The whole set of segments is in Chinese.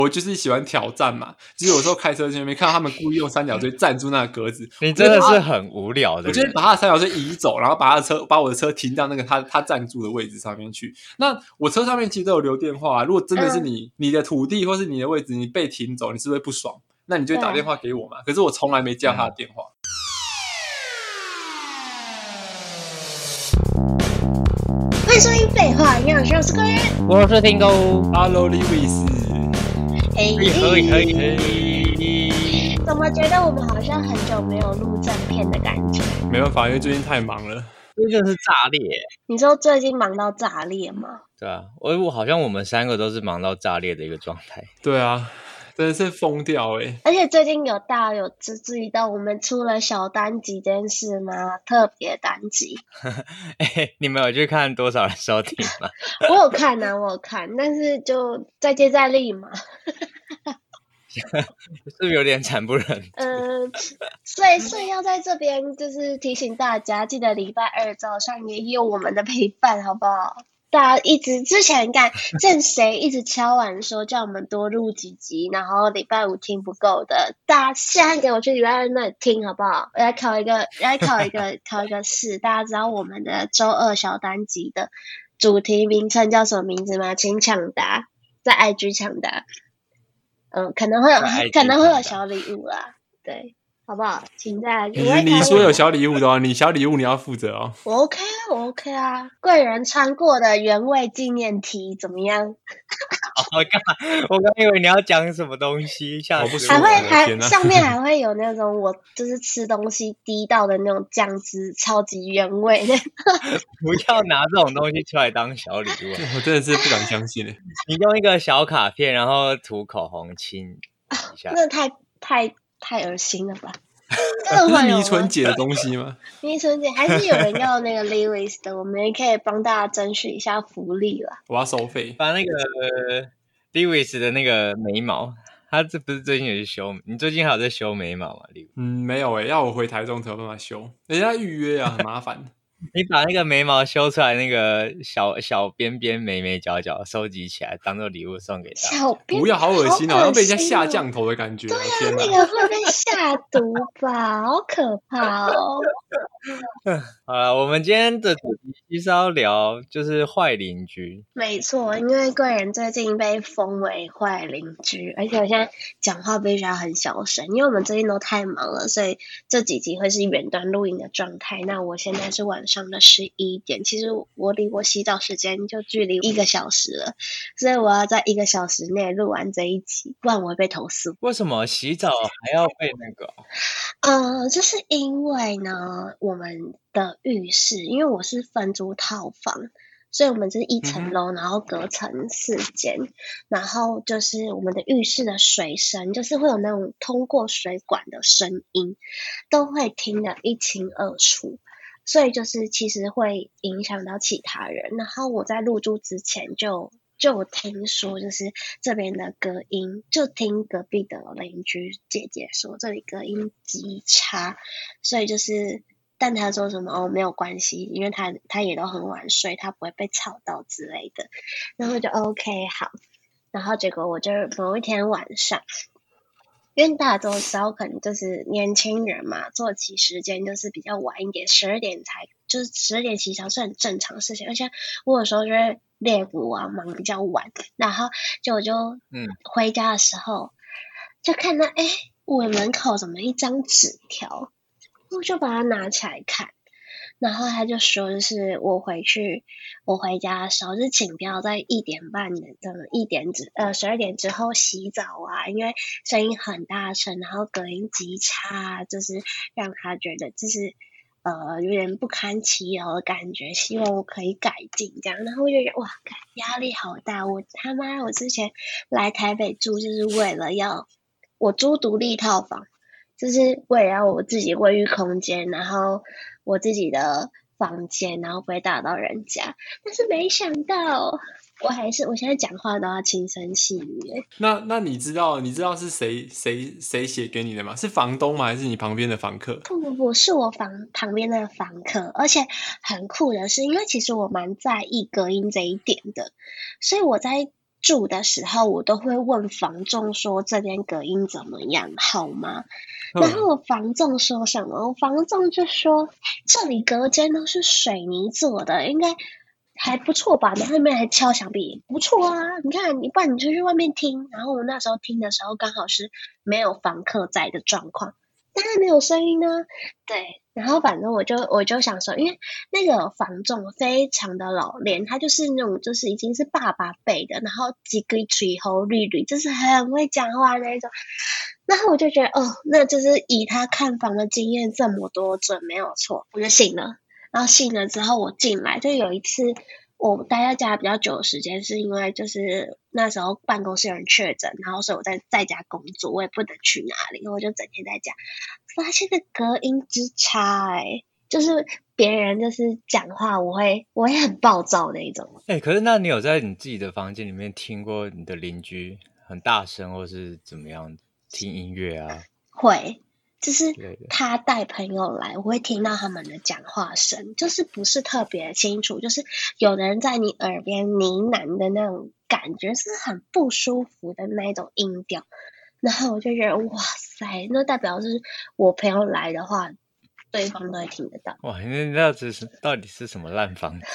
我就是喜欢挑战嘛，就是有时候开车去那边看到他们故意用三角锥站住那个格子， 你真的是很无聊的人。 我就会把他的三角锥移走，然后把我的车停到那个他站住的位置上面去。那我车上面其实都有留电话如果真的是你的土地或是你的位置你被停走，你是不是会不爽？那你就会打电话给我嘛。可是我从来没叫他的电话。 欢迎收听废话营养学，我是贵人， 我是听狗 Hello Lewis。 嘿， 嘿， 怎么觉得我们好像很久没有录正片的感觉？ 没办法，因为最近太忙了。 这就是炸裂。 你说最近忙到炸裂吗？ 对啊，我好像我们三个都是忙到炸裂的一个状态。 对啊，真的是疯掉而且最近大家有注意到我们出了小单集这件事吗？特别单集。 你们有去看多少人收听吗？ 我有看，但是就再接再厉嘛。 是不是有点惨不忍睹？ 所以要在这边就是提醒大家，记得礼拜二早上也有我们的陪伴，好不好？大家之前见谁一直敲碗说叫我们多录几集，然后礼拜五听不够的，大家现在给我去礼拜二那里听好不好？我来考一个试，大家知道我们的周二小单集的主题名称叫什么名字吗？请抢答，在 IG 抢答。可能会有小礼物啦，对，好不好？请在你说有小礼物的哦，你小礼物你要负责哦。 我 OK 啊，贵人穿过的原味纪念题怎么样？ 我刚以为你要讲什么东西，吓死我！ 上面还会有那种我就是吃东西滴到的那种酱汁，超级原味的。 不要拿这种东西出来当小礼物， 我真的是不敢相信耶。 你用一个小卡片，然后涂口红亲一下， 那太恶心了吧？ 这是迷春姐的东西吗？ 迷春姐还是有人要那个 Lewis 的，我们也可以帮大家争取一下福利啦。 我要收费， 把那个 Lewis 的那个眉毛，他这不是最近有去修？你最近还有在修眉毛吗 ？Lewis？ 没有要我回台中才有办法修，人家预约啊，很麻烦。 你把那个眉毛修出来，那个小边边眉角角收集起来，当做礼物送给他。 小边不要，好恶心哦，要被人家下降头的感觉。 对啊，那个会被下毒吧，好可怕哦。 好了，我们今天的主题其实要聊就是坏邻居。 没错，因为贵人最近被封为坏邻居，而且我现在讲话必须要很小声，因为我们最近都太忙了，所以这几集会是远端录音的状态。那我现在是晚上的11点，其实我离我洗澡时间就距离1个小时了，所以我要在1个小时内录完这一集，不然我会被投诉。 为什么洗澡还要被那个？ 就是因为呢，我们的浴室，因为我是分租套房，所以我们是1层楼，然后隔成4间，然后就是我们的浴室的水声，就是会有那种通过水管的声音，都会听得一清二楚，所以就是其实会影响到其他人。然后我在入住之前就听说，就是这边的隔音，就听隔壁的邻居姐姐说，这里隔音极差，所以就是，但她说什么没有关系，因为她也都很晚睡，她不会被吵到之类的，然后就 OK 好，然后结果我就某一天晚上，因为大家都知道，可能就是年轻人嘛，作息时间就是比较晚一点，12点起床是很正常的事情，而且我有时候就会练舞啊，忙比较晚，然后我就回家的时候就看到我门口怎么一张纸条，我就把它拿起来看，然后他就说就是我回家的时候，就是请不要在1点半的12点之后洗澡啊，因为声音很大声，然后隔音极差，就是让他觉得就是有点不堪其扰的感觉，希望我可以改进这样。然后我就觉得哇，压力好大，我之前来台北住就是为了我租独立套房，就是为了要我自己卫浴空间，然后我自己的房间，然后不会打到人家。但是没想到，我现在讲话都要轻声细语。 那你知道是谁写给你的吗？是房东吗？还是你旁边的房客？ 不，是我旁边的房客。而且很酷的是，因为其实我蛮在意隔音这一点的，所以我在住的时候，我都会问房仲说这边隔音怎么样，好吗？然后我房仲说什么？我房仲就说这里隔间都是水泥做的，应该还不错吧？然后那边还敲墙壁，不错啊！你看，不然你就去外面听。然后我那时候听的时候，刚好是没有房客在的状况，当然没有声音呢。对，然后反正我就想说，因为那个房仲非常的老练，他就是那种就是已经是爸爸辈的，然后几个吹喉绿绿，就是很会讲话那一种。然后我就觉得，哦，那就是以他看房的经验这么多准没有错，我就信了。然后信了之后，我进来就有一次，我待在家比较久的时间，是因为就是那时候办公室有人确诊，然后所以我在家工作，我也不能去哪里，我就整天在家，发现个隔音之差，就是别人就是讲话，我会很暴躁那一种。 可是那你有在你自己的房间里面听过你的邻居很大声，或是怎么样听音乐啊？ 会。就是他带朋友来，我会听到他们的讲话声，就是不是特别清楚，就是有的人在你耳边呢喃的那种感觉，是很不舒服的那种音调。然后我就觉得，哇塞，那代表是我朋友来的话，对方都会听得到。 哇，那到底是什么烂房子？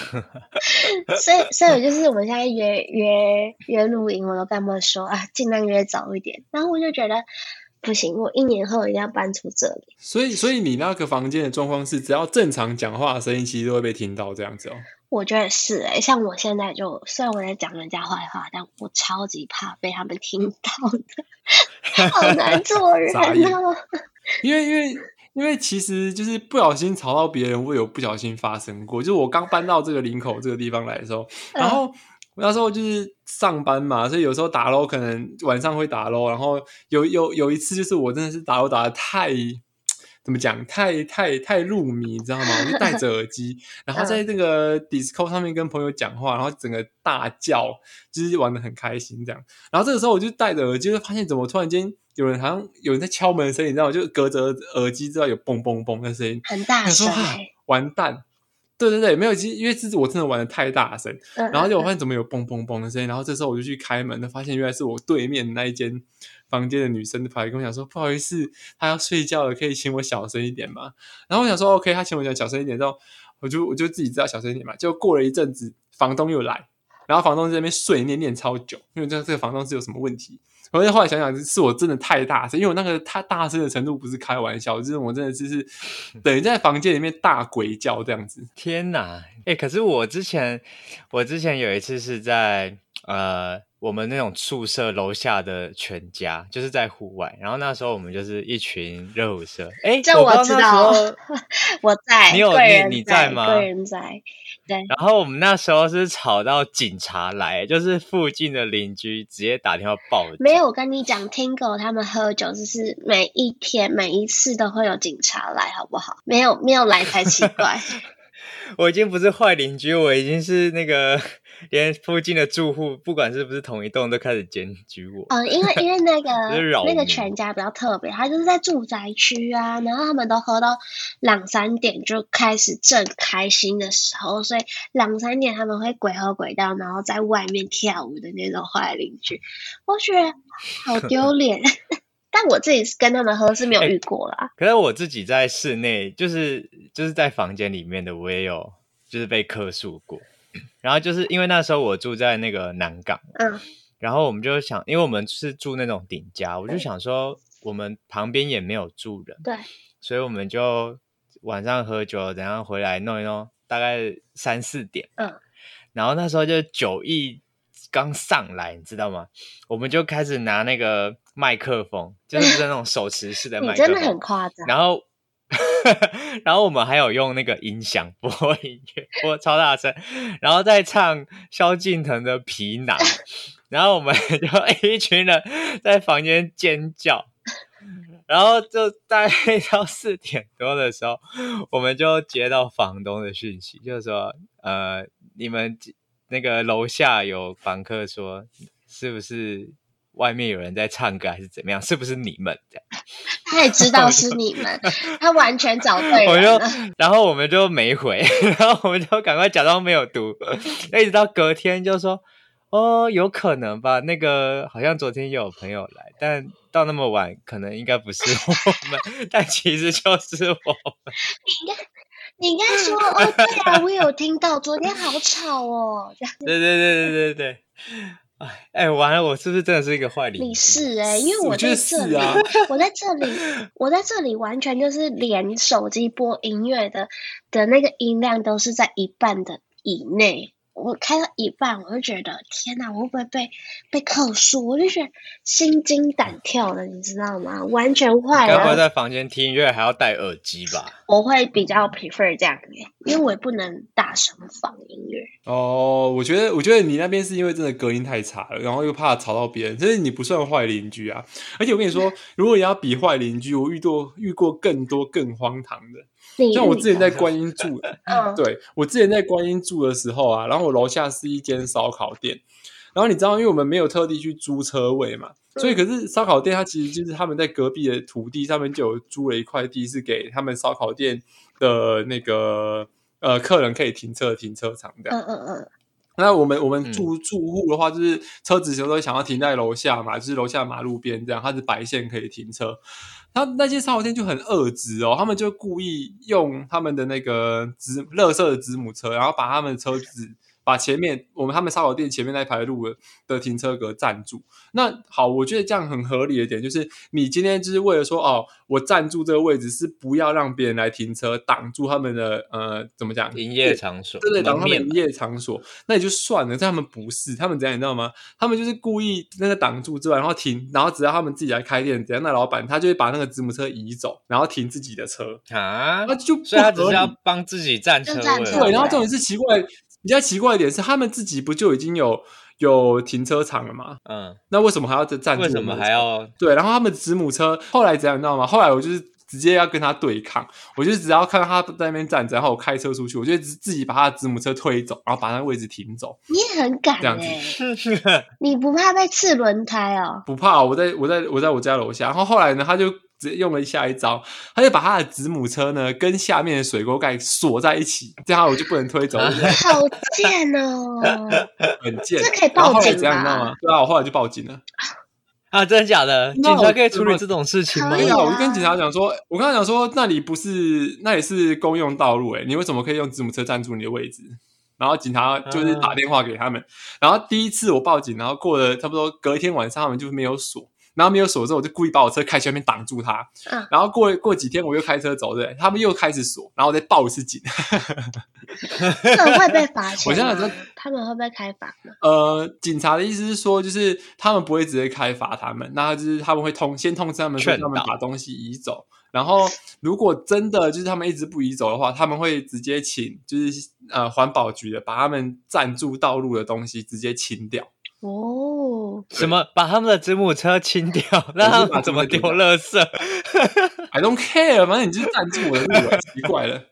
所以我就是我们现在约录音，我都跟他们说啊，尽量约早一点。然后我就觉得。不行，我1年后一定要搬出这里。 所以你那个房间的状况是，只要正常讲话的声音，其实都会被听到这样子哦。 我觉得是像我现在就虽然我在讲人家坏话，但我超级怕被他们听到的，好难做人哦。 因为其实就是不小心吵到别人，我有不小心发生过。就是我刚搬到这个林口这个地方来的时候，然后那时候就是上班嘛，所以有时候打咯可能晚上会打咯，然后有一次就是我真的是打咯打得太怎么讲太入迷，你知道吗？我就戴着耳机，然后在那个 Discord 上面跟朋友讲话，然后整个大叫，就是玩得很开心这样。然后这个时候我就戴着耳机，就发现怎么突然间好像有人在敲门的声音，你知道吗？就隔着耳机知道有嘣嘣嘣的声音， 很大声完蛋。对，没有，因为这次我真的玩得太大声，然后就我发现怎么有嘣嘣嘣的声音，然后这时候我就去开门，发现原来是我对面那一间房间的女生跑来跟我讲说，不好意思，她要睡觉了，可以请我小声一点吗？然后我想说 OK， 她请我讲小声一点，之后我就自己知道小声一点嘛。就过了一阵子，房东又来，然后房东在那边碎念超久，因为这个房东是有什么问题。我后来想想，是我真的太大声，因为我那个他大声的程度不是开玩笑，就是我真的是等于在房间里面大鬼叫这样子。 天哪！可是我之前有一次是在我们那种宿舍楼下的全家，就是在户外，然后那时候我们就是一群热舞社。 这我知道，我在， 你在吗？ 个人在。对， 然后我们那时候是吵到警察来，就是附近的邻居直接打电话报警。 没有，我跟你讲，Tingo 他们喝酒就是每一天每一次都会有警察来，好不好？没有来才奇怪。 我已经不是坏邻居，我已经是那个连附近的住户，不管是不是同一栋，都开始检举我。 因为那个全家比较特别，他就是在住宅区啊，然后他们都喝到2-3点就开始正开心的时候，所以2-3点他们会鬼喝鬼到，然后在外面跳舞的那种坏邻居，我觉得好丢脸。但我自己跟他们喝是没有遇过啦。 可是我自己在室内，就是在房间里面的，我也有就是被客诉过。然后就是因为那时候我住在那个南港，然后我们就想，因为我们是住那种顶家，我就想说我们旁边也没有住人， 对， 所以我们就晚上喝酒，等下回来弄一弄，大概3-4点，然后那时候就酒意刚上来，你知道吗？我们就开始拿那个麦克风，就是那种手持式的麦克风， 你真的很夸张。 然后我们还有用那个音响播音乐，播超大声，然后再唱萧敬腾的《皮囊》，然后我们就一群人在房间尖叫，然后就大概到4点多的时候，我们就接到房东的讯息，就是说你们那个楼下有房客说是不是外面有人在唱歌还是怎么样，是不是你们这样？ 他也知道是你们，他完全找对人了。 然后我们就没回，然后我们就赶快假装没有读，一直到隔天就说有可能吧。那个好像昨天也有朋友来，但到那么晚，可能应该不是我们，但其实就是我们。 你应该说哦，对啊，我有听到，昨天好吵哦。 对。哎，完了，我是不是真的是一个坏邻居？ 你是因为我觉得在这里， 是啊， 我在这里完全就是连手机播音乐的那个音量都是在1半的以内。我开到一半，我就觉得天哪，我会不会被客诉？我就觉得心惊胆跳的，你知道吗？完全坏了。 该不会在房间听音乐还要戴耳机吧？ 我会比较 prefer 这样因为我也不能大声放音乐。 哦，我觉得你那边是因为真的隔音太差了，然后又怕吵到别人，所以你不算坏邻居啊。而且我跟你说，如果你要比坏邻居，我遇过更多更荒唐的。像我之前在观音住，对，我之前在观音住的时候啊，然后我楼下是一间烧烤店，然后你知道，因为我们没有特地去租车位嘛，所以可是烧烤店它其实就是他们在隔壁的土地上面就有租了一块地，是给他们烧烤店的那个客人可以停车的停车场这样。那我们住户的话，就是车子有时候想要停在楼下嘛，就是楼下马路边这样，它是白线可以停车。他那些烧烤店就很恶质哦，他们就故意用他们的那个垃圾的子母车，然后把他们的车子把前面他们烧烤店前面那一排路的停车格占住。那好，我觉得这样很合理的点就是，你今天就是为了说哦，我占住这个位置是不要让别人来停车，挡住他们的怎么讲营业场所， 对，挡他们营业场所，那也就算了。但他们不是，他们怎样你知道吗？他们就是故意那个挡住之外，然后停，然后只要他们自己来开店，怎样那老板他就会把那个子母车移走，然后停自己的车啊， 那就所以他只是要帮自己占车位。 对，然后重点是比较奇怪一点是，他们自己不就已经有停车场了吗？那为什么还要占住？ 为什么还要？ 对，然后他们子母车后来怎样你知道吗？后来我就是直接要跟他对抗，我就只要看到他在那边站着，然后我开车出去，我就自己把他的子母车推走，然后把那个位置停走。 你也很敢这样子， 你不怕被刺轮胎哦？ 不怕，我在我家楼下。然后后来呢，他就直接用了下一招，他就把他的子母车呢跟下面的水沟盖锁在一起，这样我就不能推走。 好贱哦， 很贱。 这可以报警吧？对啊，我后来就报警了。 啊，真的假的？警察可以处理这种事情吗？ 对啊，我就跟警察讲说，我跟他讲说，那里是公用道路，你为什么可以用子母车占住你的位置？然后警察就是打电话给他们，然后第一次我报警，然后过了差不多隔一天晚上，他们就没有锁。然后没有锁之后，我就故意把我车开去那边挡住他。然后过几天我又开车走，对，他们又开始锁，然后我再报一次警。 他们会被罚钱吗？ 我现在说他们会被开罚吗？ 警察的意思是说，就是他们不会直接开罚他们，那就是他们会先通知他们说他们把东西移走。然后如果真的就是他们一直不移走的话，他们会直接请就是环保局的把他们占住道路的东西直接清掉。 哦， 什么把他们的子母车清掉？那他们怎么丢垃圾 ？I don't care， 反正你就是占住我的路了，奇怪了。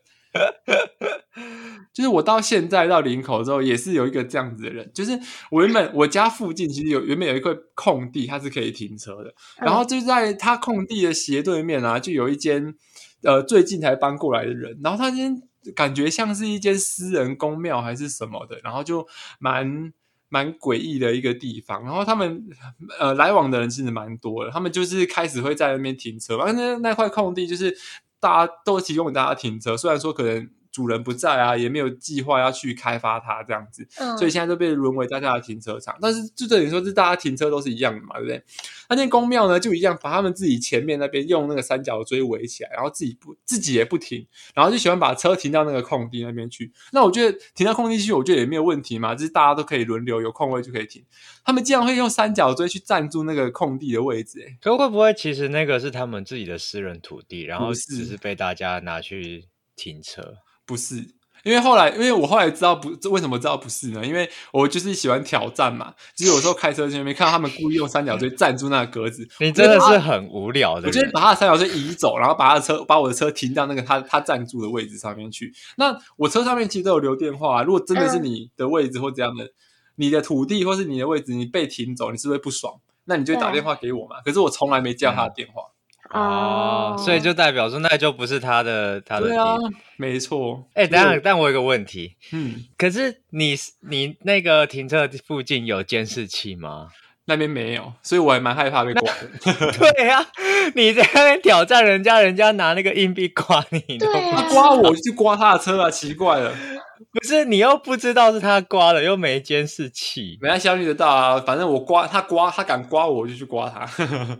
就是我到现在到林口之后，也是有一个这样子的人。就是我家附近其实原本有一块空地，它是可以停车的。然后就在他空地的斜对面啊，就有一间最近才搬过来的人。然后他今天感觉像是一间私人公庙还是什么的，然后就蛮诡异的一个地方。然后他们来往的人其实蛮多的，他们就是开始会在那边停车。那块空地就是大家都提供给大家停车，虽然说可能主人不在啊，也没有计划要去开发它这样子，所以现在都被沦为大家的停车场。但是就等于说是大家停车都是一样的嘛，对不对？那间公庙呢就一样，把他们自己前面那边用那个三角锥围起来，然后自己也不停，然后就喜欢把车停到那个空地那边去。那我觉得停到空地去，我觉得也没有问题嘛，就是大家都可以轮流，有空位就可以停。他们竟然会用三角锥去占住那个空地的位置， 可会不会其实那个是他们自己的私人土地，然后只是被大家拿去停车？ 不是，因为我后来知道为什么知道不是呢？因为我就是喜欢挑战嘛，就是有时候开车去那边看到他们故意用三角锥占住那个格子， 你真的是很无聊的人。 我就把他的三角锥移走，然后把我的车停到那个他占住的位置上面去。那我车上面其实都有留电话，如果真的是你的位置或这样的，你的土地或是你的位置你被停走，你是不是不爽？那你就打电话给我嘛。可是我从来没叫他的电话。 所以就代表说那就不是他的对啊地方。， 没错。 等一下，但我有个问题， 嗯， 可是你那个停车附近有监视器吗？ 那边没有，所以我还蛮害怕被刮的。 对啊，你在那边挑战人家，人家拿那个硬币刮你， 对啊他刮我就去刮他的车啊，奇怪了。 不是你又不知道是他刮的，又没监视器， 没他相遇得到啊，反正我刮，他敢刮我，我就去刮他。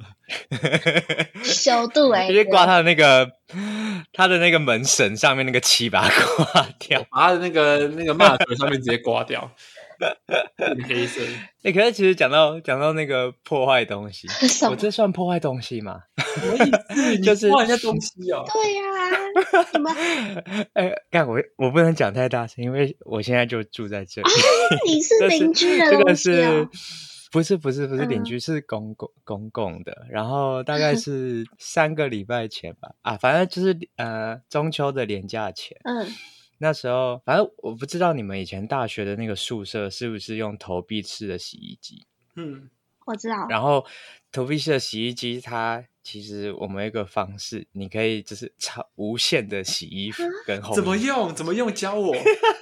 修度直接刮他的那个门绳上面那个漆，把它刮掉。 把他的那个骂格上面直接刮掉，变黑色。 可是其实讲到那个破坏东西， 什么我这算破坏东西吗？ 什么意思？ 就是你刮人家东西哦。 对呀、你们干我不能讲太大声，因为我现在就住在这里。 你是邻居的这个东西哦。 不是邻居，是公共的。然后大概是3个礼拜前吧，反正就是中秋的连假前。那时候反正我不知道你们以前大学的那个宿舍是不是用投币式的洗衣机。 我知道。 然后投币式的洗衣机，它其实我们有一个方式，你可以就是无限的洗衣服跟烘衣服。 怎么用？教我。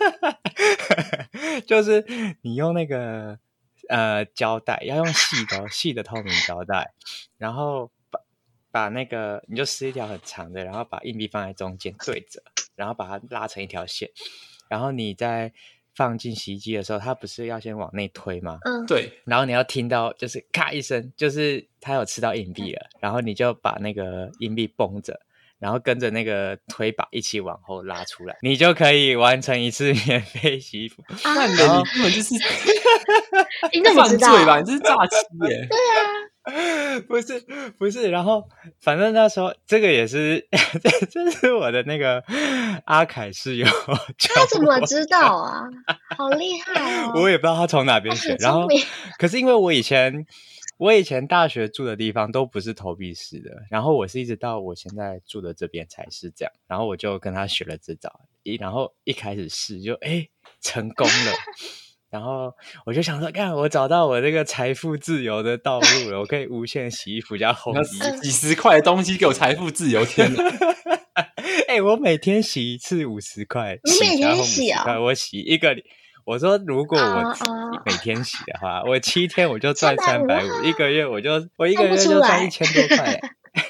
就是你用那个胶带，要用细的透明胶带，然后把那个你就撕一条很长的，然后把硬币放在中间对折，然后把它拉成一条线，然后你在放进洗衣机的时候，它不是要先往内推吗？ 对。 然后你要听到就是咔一声，就是它有吃到硬币了，然后你就把那个硬币绷着，然后跟着那个推把一起往后拉出来，你就可以完成一次免费洗衣服。 那你根本就是犯罪吧？你这是诈欺耶！ 对啊， 不是，然后反正那时候这个也是，这是我的那个阿凯室友， 他怎么知道啊？好厉害哦！ 我也不知道他从哪边学。然后，可是因为我以前大学住的地方都不是投币式的，然后我是一直到我现在住的这边才是这样，然后我就跟他学了这招，然后一开始试就成功了。然后我就想说，看我找到我这个财富自由的道路了，我可以无限洗衣服加烘衣服， 几十块的东西给我财富自由，天哪！ 我每天洗一次50块， 你每天洗啊？ 我洗一个。我说，如果我每天洗的话，我7天我就赚350，一个月我一个月就赚1000多块。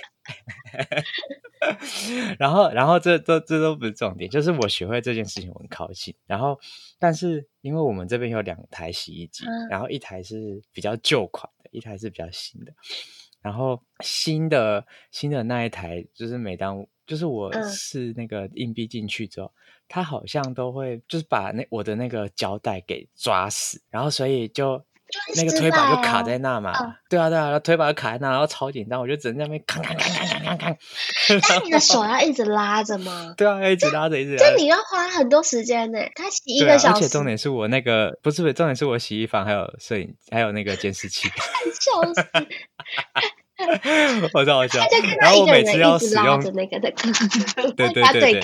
然后这都不是重点，就是我学会这件事情我很高兴。然后但是因为我们这边有2台洗衣机，然后一台是比较旧款的，一台是比较新的。然后新的那一台，就是每当就是我试那个硬币进去之后，它好像都会就是把我的那个胶带给抓死，然后所以就那个推把就卡在那嘛。对啊，然后推把就卡在那，然后超紧张，我就只能在那边扛。 那你的手要一直拉着吗？ 对啊，要一直拉着。 这你要花很多时间呢。他洗1个小时， 而且重点是我那个不是重点是我洗衣房还有摄影还有那个监视器。 笑死！ 我超好笑。然后我每次要使用那个对，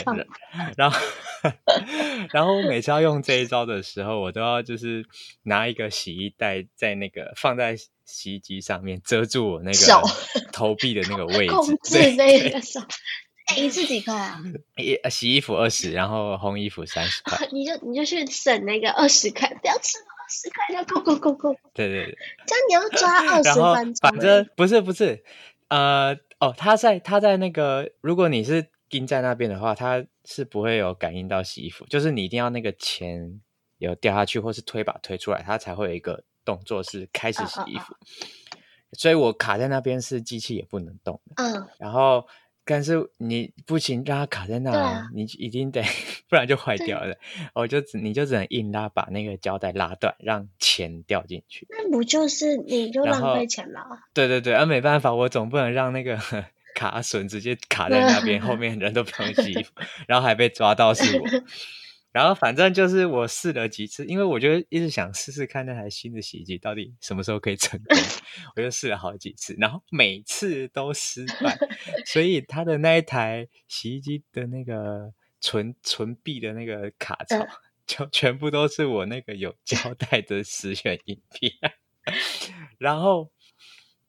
然后我每次要用这一招的时候，我都要就是拿一个洗衣袋在那个放在洗衣机上面遮住我那个投币的那个位置， 控制那个手。一次几块啊？ 洗衣服20，然后烘衣服30块。 你就去省那个20块，不要吃20块就够。 对。 这样你要抓20分钟。 反正不是，他在那个，如果你是盯在那边的话，它是不会有感应到洗衣服，就是你一定要那个钱有掉下去，或是推把推出来，它才会有一个动作是开始洗衣服。所以我卡在那边是机器也不能动的。然后。但是你不行，让它卡在那，你一定得，不然就坏掉了。你就只能硬拉，把那个胶带拉断，让钱掉进去。 那不就是你就浪费钱了？ 对，没办法，我总不能让那个卡榫直接卡在那边，后面人都不用洗衣服，然后还被抓到是我。然后反正就是我试了几次，因为我就一直想试试看那台新的洗衣机到底什么时候可以成功，我就试了好几次，然后每次都失败，所以他的那一台洗衣机的那个存币的那个卡槽，就全部都是我那个有胶带的10元硬币，然后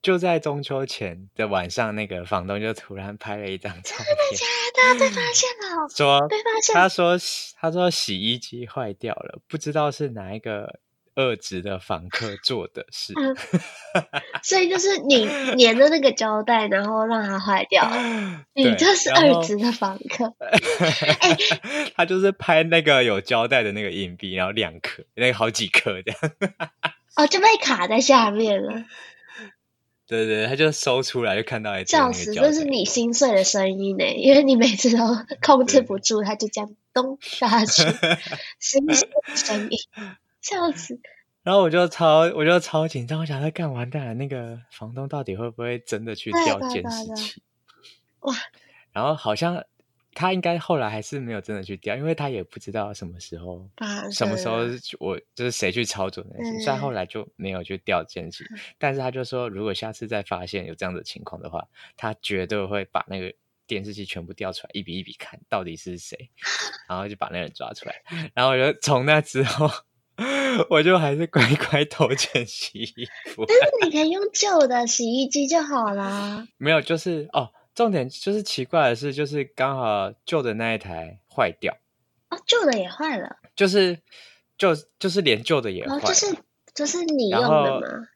就在中秋前的晚上，那个房东就突然拍了一张照片， 假的被发现了， 说被发现他说洗衣机坏掉了，不知道是哪一个恶质的房客做的事。 所以就是你粘的那个胶带，然后让它坏掉了，你就是二质的房客。 他就是拍那个有胶带的那个硬币，然后2颗，那个好几颗这样。 就被卡在下面了。 对对，他就收出来就看到一堆笑死，这是你心碎的声音呢，因为你每次都控制不住，他就这样咚下去，心碎的声音，笑死。 然后我就超紧张，我想在干完蛋了，那个房东到底会不会真的去调监视器？ 哇！ 然后好像他应该后来还是没有真的去调，因为他也不知道什么时候我就是谁去操作那些，所以后来就没有去调监视器。但是他就说，如果下次再发现有这样的情况的话，他绝对会把那个电视机全部调出来，一笔一笔看到底是谁，然后就把那人抓出来。然后我就从那之后，我就还是乖乖投钱洗衣服。 但是你可以用旧的洗衣机就好啦。 没有，就是重点就是奇怪的是，就是刚好旧的那一台坏掉。 旧的也坏了。就是连旧的也坏了。 就是你用的吗？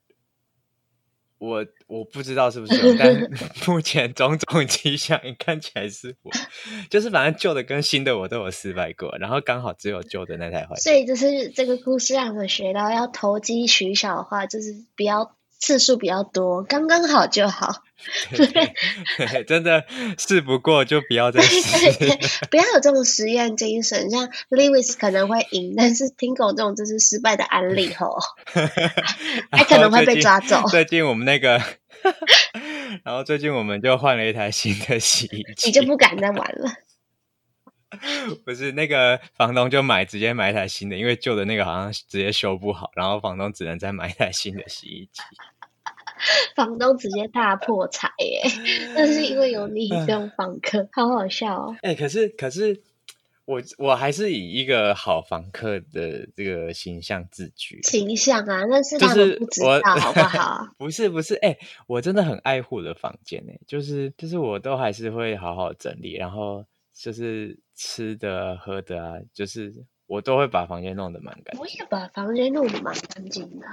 我不知道是不是有，但是目前种种迹象看起来是我，就是反正旧的跟新的我都有失败过，然后刚好只有旧的那台坏掉。 所以就是这个故事让我们学到，要投机取巧的话，就是不要次数比较多，刚刚好就好。 对，真的试不过就不要再试。 对，不要有这种实验精神，像 Lewis 可能会赢，但是 Tingo 这种就是失败的案例还可能会被抓走。 最近我们那个然后最近我们就换了一台新的洗衣机， 你就不敢再玩了。 不是，那个房东就直接买一台新的，因为旧的那个好像直接修不好，然后房东只能再买一台新的洗衣机。 房东直接大破财耶！那是因为有你这种房客，好好笑哦。 可是我还是以一个好房客的这个形象自居。 形象啊，那是他们不知道，好不好？ 不是，我真的很爱护我的房间就是我都还是会好好整理，然后就是吃的喝的啊，就是我都会把房间弄得蛮干净。 我也把房间弄得蛮干净的。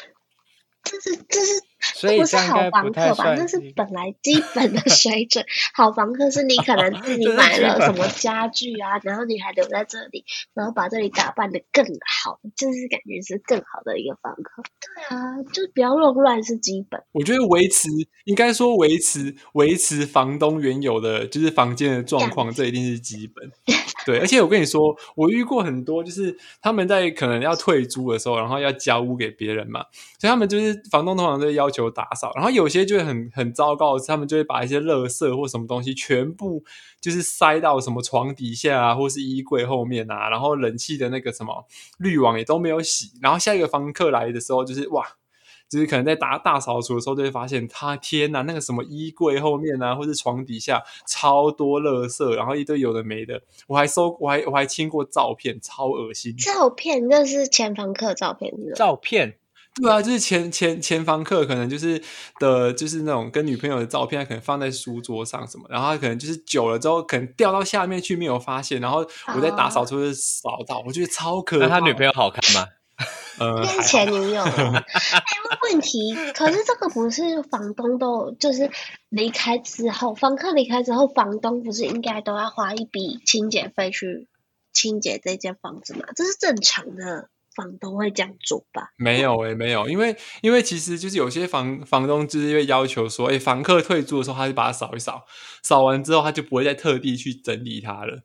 所以不是好房客吧？这是本来基本的水准。好房客是你可能自己买了什么家具啊，然后你还留在这里，然后把这里打扮得更好，就是感觉是更好的一个房客。对啊，就不要弄乱是基本。 我觉得应该说维持房东原有的就是房间的状况，这一定是基本。对，而且我跟你说，我遇过很多，就是他们在可能要退租的时候，然后要交屋给别人嘛，所以他们就是房东通常都会要求打扫，然后有些就会很糟糕的是，他们就会把一些垃圾或什么东西全部就是塞到什么床底下啊，或是衣柜后面啊，然后冷气的那个什么滤网也都没有洗，然后下一个房客来的时候，就是哇。就是可能在大扫除的时候，就会发现天哪，那个什么衣柜后面啊，或是床底下超多垃圾，然后一堆有的没的。我还清过照片，超恶心。 照片那是前房客照片是吗？ 照片， 对啊，就是前房客可能就是那种跟女朋友的照片，他可能放在书桌上什么，然后他可能就是久了之后，可能掉到下面去没有发现，然后我在打扫就扫到，我觉得超可怕。 那他女朋友好看吗？ 应该是前女友了。问题，可是这个不是房东都就是离开之后，房客离开之后，房东不是应该都要花一笔清洁费去清洁这间房子吗？这是正常的，房东会这样做吧？ 没有没有，因为其实就是有些房东就是会要求说，房客退租的时候，他就把它扫一扫，扫完之后他就不会再特地去整理它了。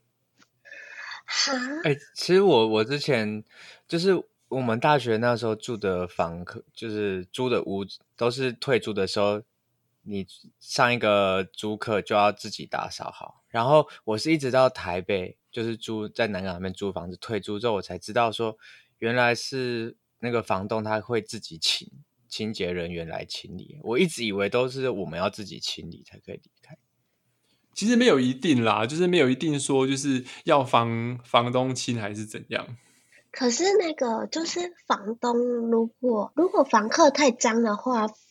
其实我之前就是我们大学那时候住的房客，就是租的屋都是退租的时候，你上一个租客就要自己打扫好。然后我是一直到台北，就是住在南港那边租房子，退租之后我才知道说，原来是那个房东他会自己请清洁人员来清理。我一直以为都是我们要自己清理才可以离开。 其实没有一定啦，就是没有一定说就是要房东清还是怎样。 可是那个就是房东如果房客太脏的话，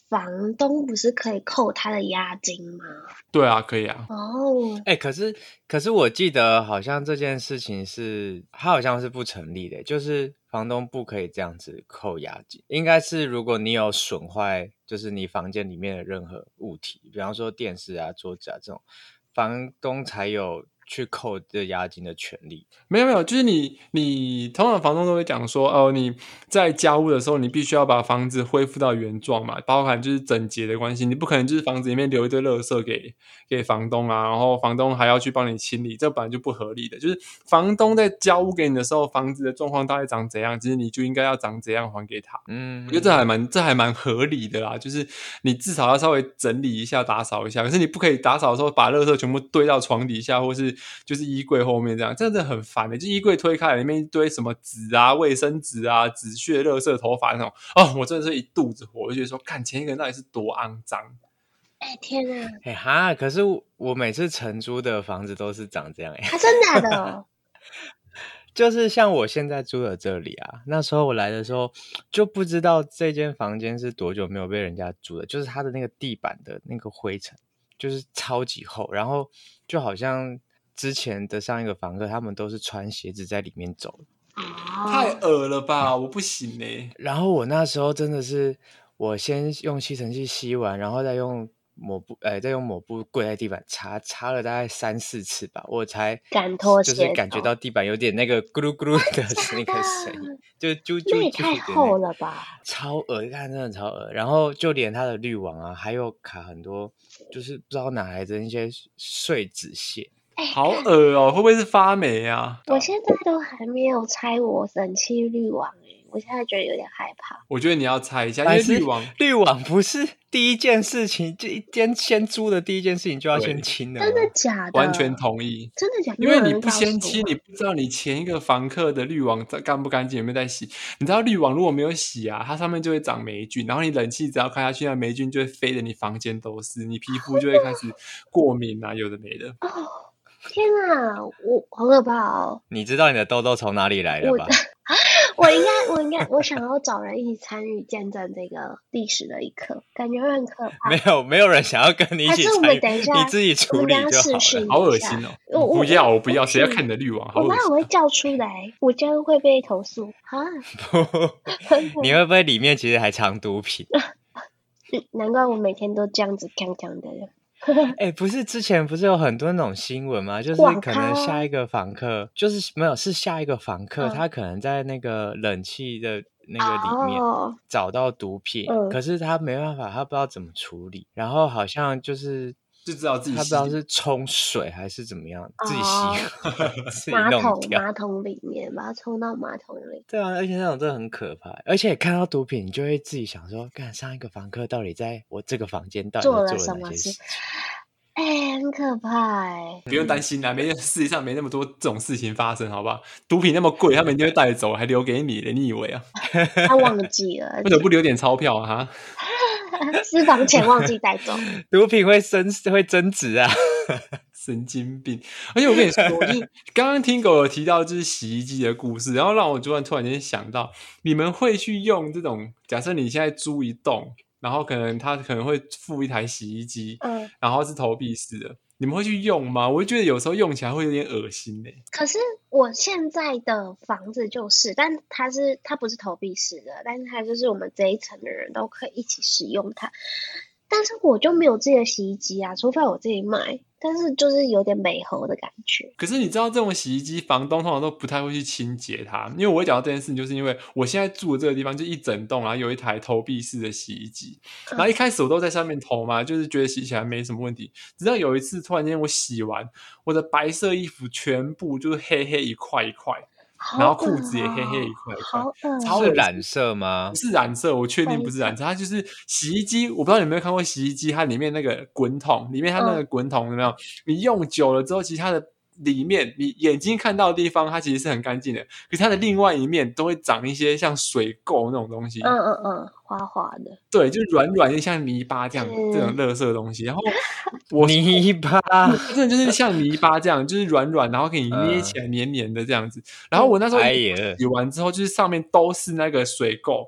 房东不是可以扣他的押金吗？ 对啊，可以啊。 哦， 可是我记得好像这件事情它好像是不成立的，就是房东不可以这样子扣押金，应该是如果你有损坏，就是你房间里面的任何物体，比方说电视啊、桌子啊这种，房东才有去扣这押金的权利。 没有，就是你通常房东都会讲说，哦，你在交屋的时候，你必须要把房子恢复到原状嘛，包含就是整洁的关系，你不可能就是房子里面留一堆垃圾给房东啊，然后房东还要去帮你清理，这本来就不合理的。就是房东在交屋给你的时候，房子的状况大概长怎样，其实你就应该要长怎样还给他。我觉得这还蛮合理的啦，就是你至少要稍微整理一下、打扫一下，可是你不可以打扫的时候把垃圾全部堆到床底下，或是就是衣柜后面这样，真的很烦的。就衣柜推开来，里面一堆什么纸啊、卫生纸啊、纸屑、垃圾、头发那种，哦，我真的是一肚子火，我就觉得说，看前一个人到底是多肮脏。 天啊！可是我每次承租的房子都是长这样真的假的？ 就是像我现在住的这里啊，那时候我来的时候就不知道这间房间是多久没有被人家住的，就是它的那个地板的那个灰尘就是超级厚，然后就好像之前的上一个房客他们都是穿鞋子在里面走的。 太恶了吧，我不行然后我那时候真的是，我先用吸尘器吸完，然后再用抹布跪在地板擦了大概3-4次吧，我才敢脱鞋， 就是感觉到地板有点那个咕噜咕噜的那个声音，就啾啾啾， 那也太厚了吧， 超恶，看真的超恶。然后就连它的滤网啊，还有卡很多，就是不知道哪来的那些碎纸屑。 好恶哦，会不会是发霉啊？ 我现在都还没有拆我冷气滤网我现在觉得有点害怕。 我觉得你要拆一下，因为滤网不是第一件事情，就一间先租的第一件事情就要先清的吗？ 真的假的？ 完全同意， 真的假的？ 因为你不先清，你不知道你前一个房客的滤网干不干净，有没有在洗。你知道滤网如果没有洗啊，它上面就会长霉菌，然后你冷气只要开下去，那霉菌就会飞的你房间都是，你皮肤就会开始过敏啊，有的没的。 天啊，我好可怕哦！ 你知道你的痘痘从哪里来的吧？ 我想要找人一起参与见证这个历史的一刻，感觉会很可怕。 没有人想要跟你一起参与， 还是我们等一下你自己处理就好了。 好恶心哦！我不要，谁要看你的滤网？好恶心！ 我会叫出来，我这样会被投诉啊！ 你会不会里面其实还藏毒品？ 难怪我每天都这样子锵锵的。 不是之前不是有很多那种新闻吗？就是可能下一个房客，就是没有是下一个房客，他可能在那个冷气的那个里面找到毒品，可是他没办法，他不知道怎么处理，然后好像就知道自己他不知道是冲水还是怎么样，自己洗，自己弄掉马桶里面把它冲到马桶里。 对啊，而且那种真的很可怕，而且看到毒品，你就会自己想说，看上一个房客到底在我这个房间到底做了什么事？ 很可怕不用担心啦，世界上没那么多这种事情发生，好不好？毒品那么贵，他们一定会带走，还留给你的，你以为啊？ 他忘记了， 为什么不留点钞票啊？ 私房钱忘记带走， 毒品会增值啊！ 神经病！而且我跟你说，就是刚刚听狗有提到就是洗衣机的故事，然后让我突然间想到，你们会去用这种？假设你现在租一栋，然后他可能会附一台洗衣机，然后是投币式的，你们会去用吗？我就觉得有时候用起来会有点恶心可是我现在的房子就是，但它不是投币式的，但是它就是我们这一层的人都可以一起使用它。但是我就没有自己的洗衣机啊，除非我自己买，但是就是有点美猴的感觉。 可是你知道这种洗衣机房东通常都不太会去清洁它，因为我会讲到这件事情，就是因为我现在住的这个地方就一整栋，然后有一台投币式的洗衣机，然后一开始我都在上面投嘛，就是觉得洗起来没什么问题，直到有一次突然间我洗完，我的白色衣服全部就是黑黑一块一块，然后裤子也黑黑一块一块，超是染色吗？ 不是染色，我确定不是染色，它就是洗衣机。我不知道你有没有看过洗衣机，它里面那个滚筒，里面它那个滚筒有没有？你用久了之后，其实它的里面你眼睛看到的地方，它其实是很干净的，可是它的另外一面都会长一些像水垢那种东西。 滑滑的。 对，就是软软的像泥巴这样，这种垃圾的东西。然后泥巴真的就是像泥巴这样，就是软软，然后给你捏起来黏黏的这样子。然后我那时候洗完之后，就是上面都是那个水垢。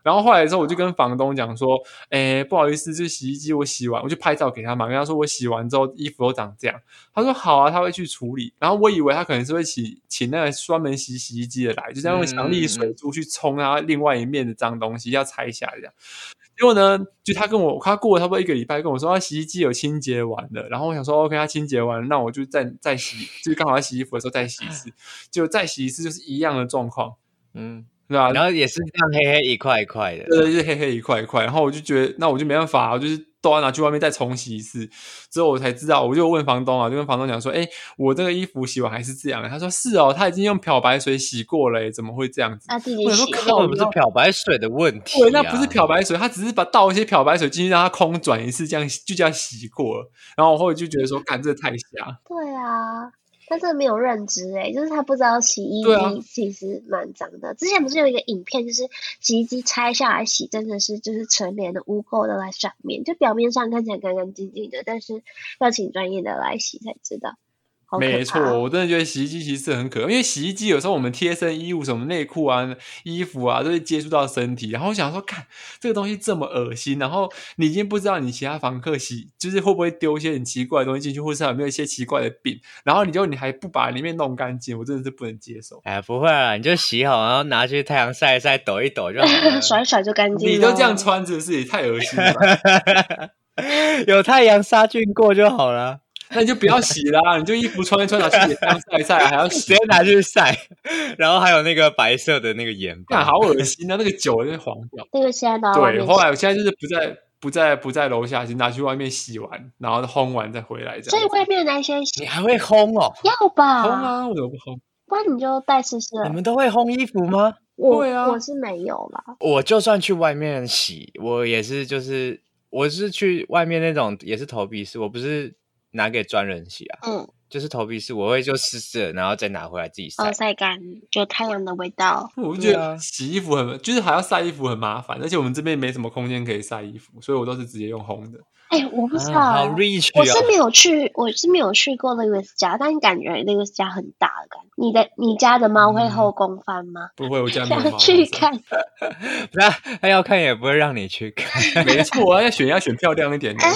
然后后来之后我就跟房东讲说，不好意思，就洗衣机我洗完，我就拍照给他嘛，跟他说我洗完之后衣服都长这样。他说好啊，他会去处理。然后我以为他可能是会请那个专门洗衣机的来，就这样用强力水珠去冲它另外一面的脏东西要拆下来这样。结果呢，就他过了差不多1个礼拜跟我说，他洗衣机有清洁完了。然后我想说 OK， 他清洁完了，那我就再洗，就是刚好在洗衣服的时候再洗一次。结果再洗一次就是一样的状况，对吧？ 然后也是这样黑黑一块一块的， 对，就是黑黑一块一块。然后我就觉得，那我就没办法，我就是都要拿去外面再重洗一次。之后我才知道，我就问房东啊，就跟房东讲说，我这个衣服洗完还是这样。他说是哦，他已经用漂白水洗过了，怎么会这样子？ 自己洗， 根本不是漂白水的问题， 对，那不是漂白水，他只是倒一些漂白水进去让它空转一次，这样就这样洗过了。然后我后来就觉得说，干这太瞎。 对啊。他真的没有认知就是他不知道洗衣机其实蛮脏的。之前不是有一个影片，就是洗衣机拆下来洗，真的是就是成年的污垢都在上面，就表面上看起来干干净净的，但是要请专业的来洗才知道。 没错，我真的觉得洗衣机其实很可怕，因为洗衣机有时候我们贴身衣物，什么内裤啊、衣服啊，都会接触到身体。然后我想说，看这个东西这么恶心，然后你已经不知道你其他房客就是会不会丢一些很奇怪的东西进去，或是有没有一些奇怪的病，然后你还不把里面弄干净，我真的是不能接受。 不会啦，你就洗好，然后拿去太阳晒一晒，抖一抖就好了， 甩一甩就干净了。 你都这样穿着是也太恶心了吧？ 有太阳杀菌过就好了。 那你就不要洗啦，你就衣服穿一穿拿去给太阳晒一晒，还要洗， 直接拿去晒，然后还有那个白色的那个盐巴， 好恶心啊！那个酒就会黄掉。 那个现在都对，后来我现在就是不在楼下，就拿去外面洗完，然后烘完再回来这样。 所以外面那些你还会烘哦？ 要吧？ 烘啊，为什么不烘？ 不然你就带试试。 你们都会烘衣服吗？ 会啊， 我是没有啦。 我就算去外面洗，我也是我是去外面那种也是投币式，我不是拿给专人洗啊。就是投币式，我会就湿了，然后再拿回来自己晒。 晒干，就太阳的味道。 我就觉得洗衣服就是还要晒衣服很麻烦，而且我们这边没什么空间可以晒衣服，所以我都是直接用烘的。 我不知道， 好 rich 我是没有去过 Lewis 家，但感觉 Lewis 家很大的感觉。你家的猫会后宫翻吗？ 不会，我家没有猫。 去看， 不是他要看也不会让你去看。 没错，要选漂亮一点的。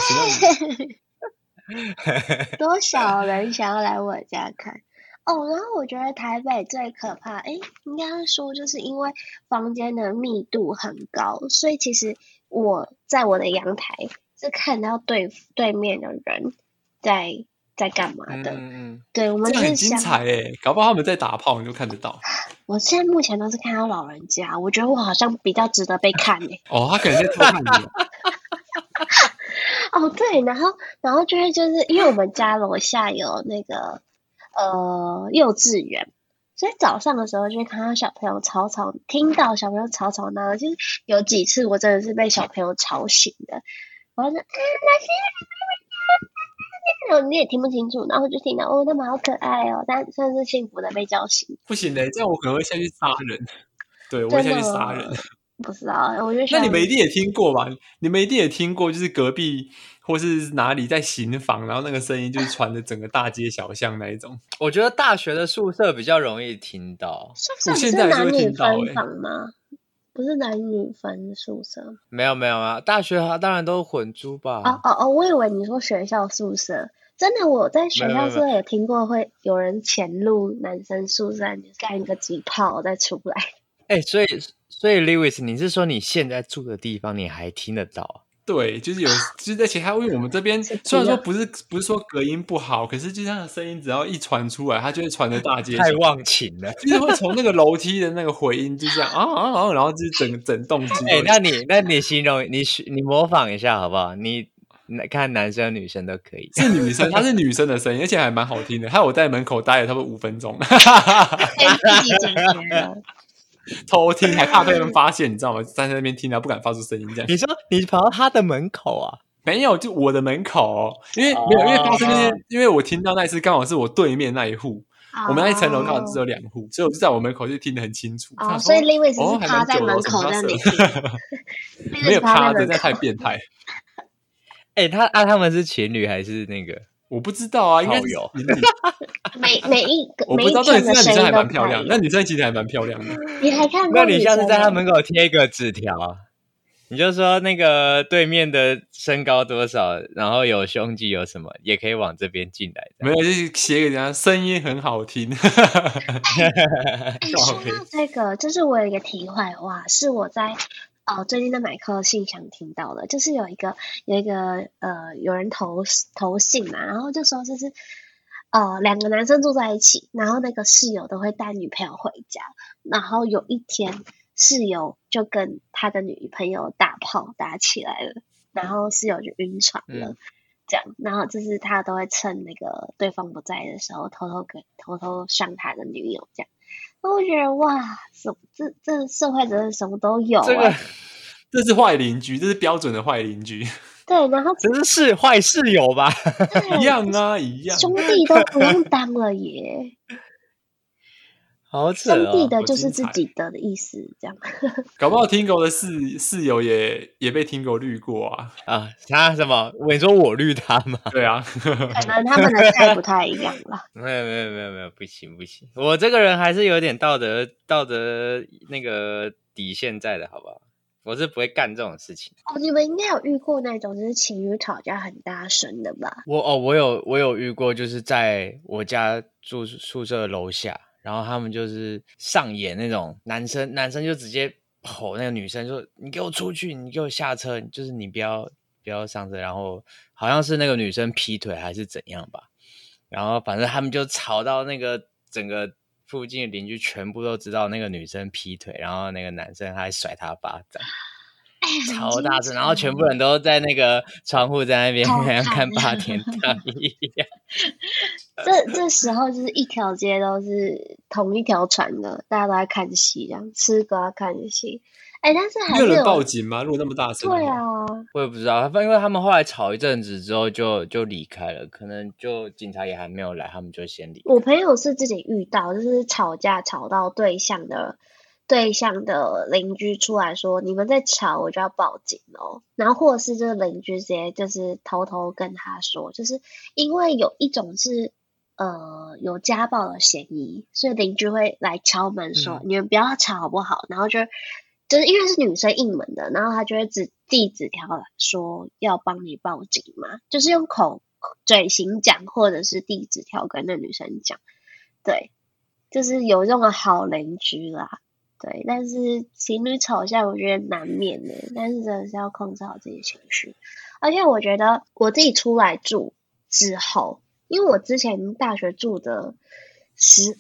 多少人想要来我家看然后我觉得台北最可怕，应该说就是因为房间的密度很高，所以其实我在我的阳台是看到对面的人在干嘛的。对，我们这很精彩搞不好他们在打炮你就看得到。 我现在目前都是看到老人家，我觉得我好像比较值得被看他可能在偷看你。 对，然后就是因为我们家楼下有那个幼稚园，所以早上的时候就会看到小朋友吵，听到小朋友吵闹，就是有几次我真的是被小朋友吵醒的。我就说你也听不清楚，然后就听到他们好可爱但算是幸福的被叫醒。 不行这样我可能会下去杀人。对，我会下去杀人。 不知道，我就那你们一定也听过吧？你们一定也听过，就是隔壁或是哪里在行房，然后那个声音就是传的整个大街小巷那一种。 我觉得大学的宿舍比较容易听到。 我现在还是会听到男女分房吗？不是男女分宿舍？ 没有大学当然都混租吧。 我以为你说学校宿舍。真的，我在学校宿舍有听过会有人潜入男生宿舍干个几炮再出来。 所以 Lewis 你是说你现在住的地方你还听得到？ 对，就是而且还因为我们这边虽然说不是说隔音不好，可是就像声音只要一传出来，它就会传的大街小巷， 太忘情了， 就是会从那个楼梯的那个回音就这样然后就是整栋机。 那你形容你模仿一下好不好？你看男生女生都可以。 是女生，她是女生的声音，而且还蛮好听的。还有我在门口待了差不多5分钟， 自己解决了。 偷听还怕被人发现，你知道吗？站在那边听，不敢发出声音这样。 你说你跑到他的门口啊？ 没有，就我的门口因为发生那些，因为我听到那一次刚好是我对面那一户，我们那一层楼刚好只有2户，所以我就在我门口就听得很清楚。 所以 Lewis 是趴在门口在那里听， 没有趴着，这太变态。 他们是情侣还是那个？ 我不知道啊，应该是有每一个我不知道， 每一天的声音那女生还都不太一样。 蛮漂亮，那女生其实还蛮漂亮的。 你还看过？ 那你下次在他门口贴一个纸条，你就说那个对面的身高多少，然后有胸肌有什么，也可以往这边进来。 没有，就是写给人家，声音很好听。 说到这个，就是我有一个题外话，是我在最近在买课信箱听到的，就是有一个有人投信嘛，然后就说就是两个男生住在一起，然后那个室友都会带女朋友回家，然后有一天室友就跟他的女朋友打炮打起来了，然后室友就晕船了。这样，然后就是他都会趁那个对方不在的时候，偷偷上他的女友这样。那我觉得哇，这社会真的什么都有这是坏邻居，这是标准的坏邻居。 对，然后这是坏室友吧？ 一样啊，一样。 兄弟都不用当了耶。 好扯哦， 兄弟的就是自己的意思，这样。 搞不好听狗的室友也被听狗绿过啊！ 啊，他什么？你说我绿他吗？ 对啊， 可能他们的菜不太一样啦。 没有，不行，我这个人还是有点道德那个底线在的，好不好？我是不会干这种事情。 你们应该有遇过那种就是情侣吵架很大声的吧？ 我有遇过，就是在我家住宿舍楼下。然后他们就是上演那种男生就直接吼那个女生说：“你给我出去，你给我下车，就是你不要上车。”然后好像是那个女生劈腿还是怎样吧。然后反正他们就吵到那个整个附近的邻居全部都知道那个女生劈腿，然后那个男生还甩她巴掌。超大声，然后全部人都在那个窗户在那边看8点档一样。 这时候就是一条街都是同一条船的，大家都在看戏，这样吃瓜看戏。但是还是没有人报警吗？如果那么大声， 对啊， 我也不知道，因为他们后来吵一阵子之后就离开了，可能就警察也还没有来，他们就先离开。 我朋友是自己遇到，就是吵架吵到对象的邻居出来说你们在吵我就要报警哦，然后或者是就是邻居直接就是偷偷跟他说，就是因为有一种是有家暴的嫌疑，所以邻居会来敲门说你们不要吵好不好，然后就是因为是女生应门的，然后他就会递纸条说要帮你报警嘛，就是用嘴型讲或者是递纸条跟那女生讲，对，就是有这种好邻居啦。对，但是情侣吵架我觉得难免的，但是真的是要控制好自己的情绪。而且我觉得我自己出来住之后，因为我之前大学住的时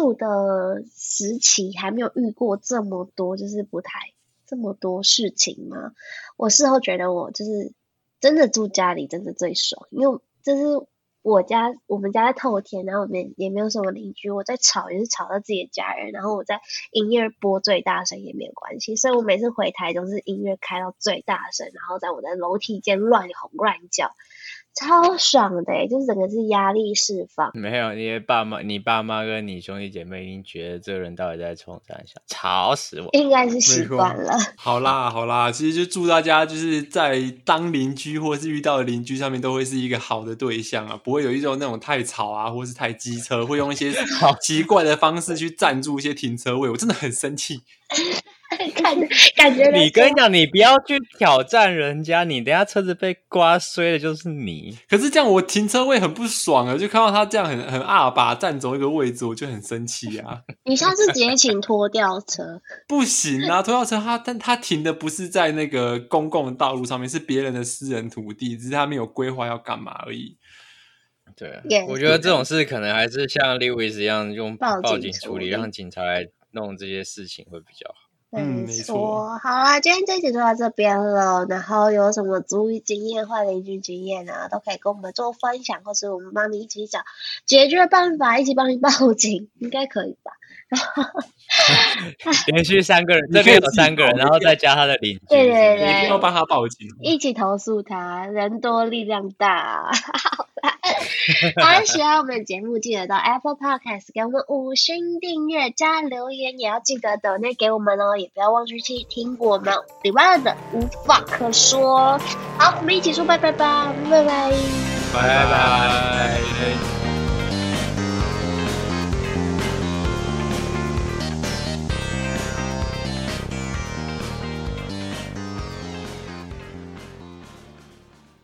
期还没有遇过这么多，就是不太这么多事情嘛。我事后觉得我就是真的住家里真的最爽，因为就是我们家在透天，然后也没有什么邻居，我在吵也是吵到自己的家人，然后我在音乐播最大声也没有关系，所以我每次回台都是音乐开到最大声，然后在我的楼梯间乱吼乱叫，超爽的就是整个是压力释放。 没有，你爸妈跟你兄弟姐妹已经觉得这个人到底在冲三小，吵死我！ 应该是习惯了。 好啦，其实就祝大家就是在当邻居或是遇到的邻居上面都会是一个好的对象啊，不会有一种那种太吵啊，或是太机车，会用一些奇怪的方式去占住一些停车位，我真的很生气。 感觉你跟你讲，你不要去挑战人家，你等一下车子被刮碎的就是你。 可是这样我停车位很不爽啊，就看到他这样很阿爸占走一个位置，我就很生气啊。 你下次直接请拖吊车。 不行啊，拖吊车但他停的不是在那个公共的道路上面，是别人的私人土地，只是他没有规划要干嘛而已。 对，我觉得这种事可能还是像 Lewis 一样用报警处理，让警察来弄这些事情会比较好。 没错。好啦，今天这集就到这边了，然后有什么租屋经验、坏邻居经验啊，都可以跟我们做分享，或是我们帮你一起找解决办法，一起帮你报警，应该可以吧？ 连续3个人，这边有3个人，然后再加他的邻居， 对， 一定要帮他报警， 一起投诉他，人多力量大。好，喜欢我们的节目，记得到 Apple Podcast 给我们5星订阅加留言，也要记得donate给我们哦，也不要忘记去听我们礼拜2的无话可说。好，我们一起说拜拜吧，拜拜。 拜拜。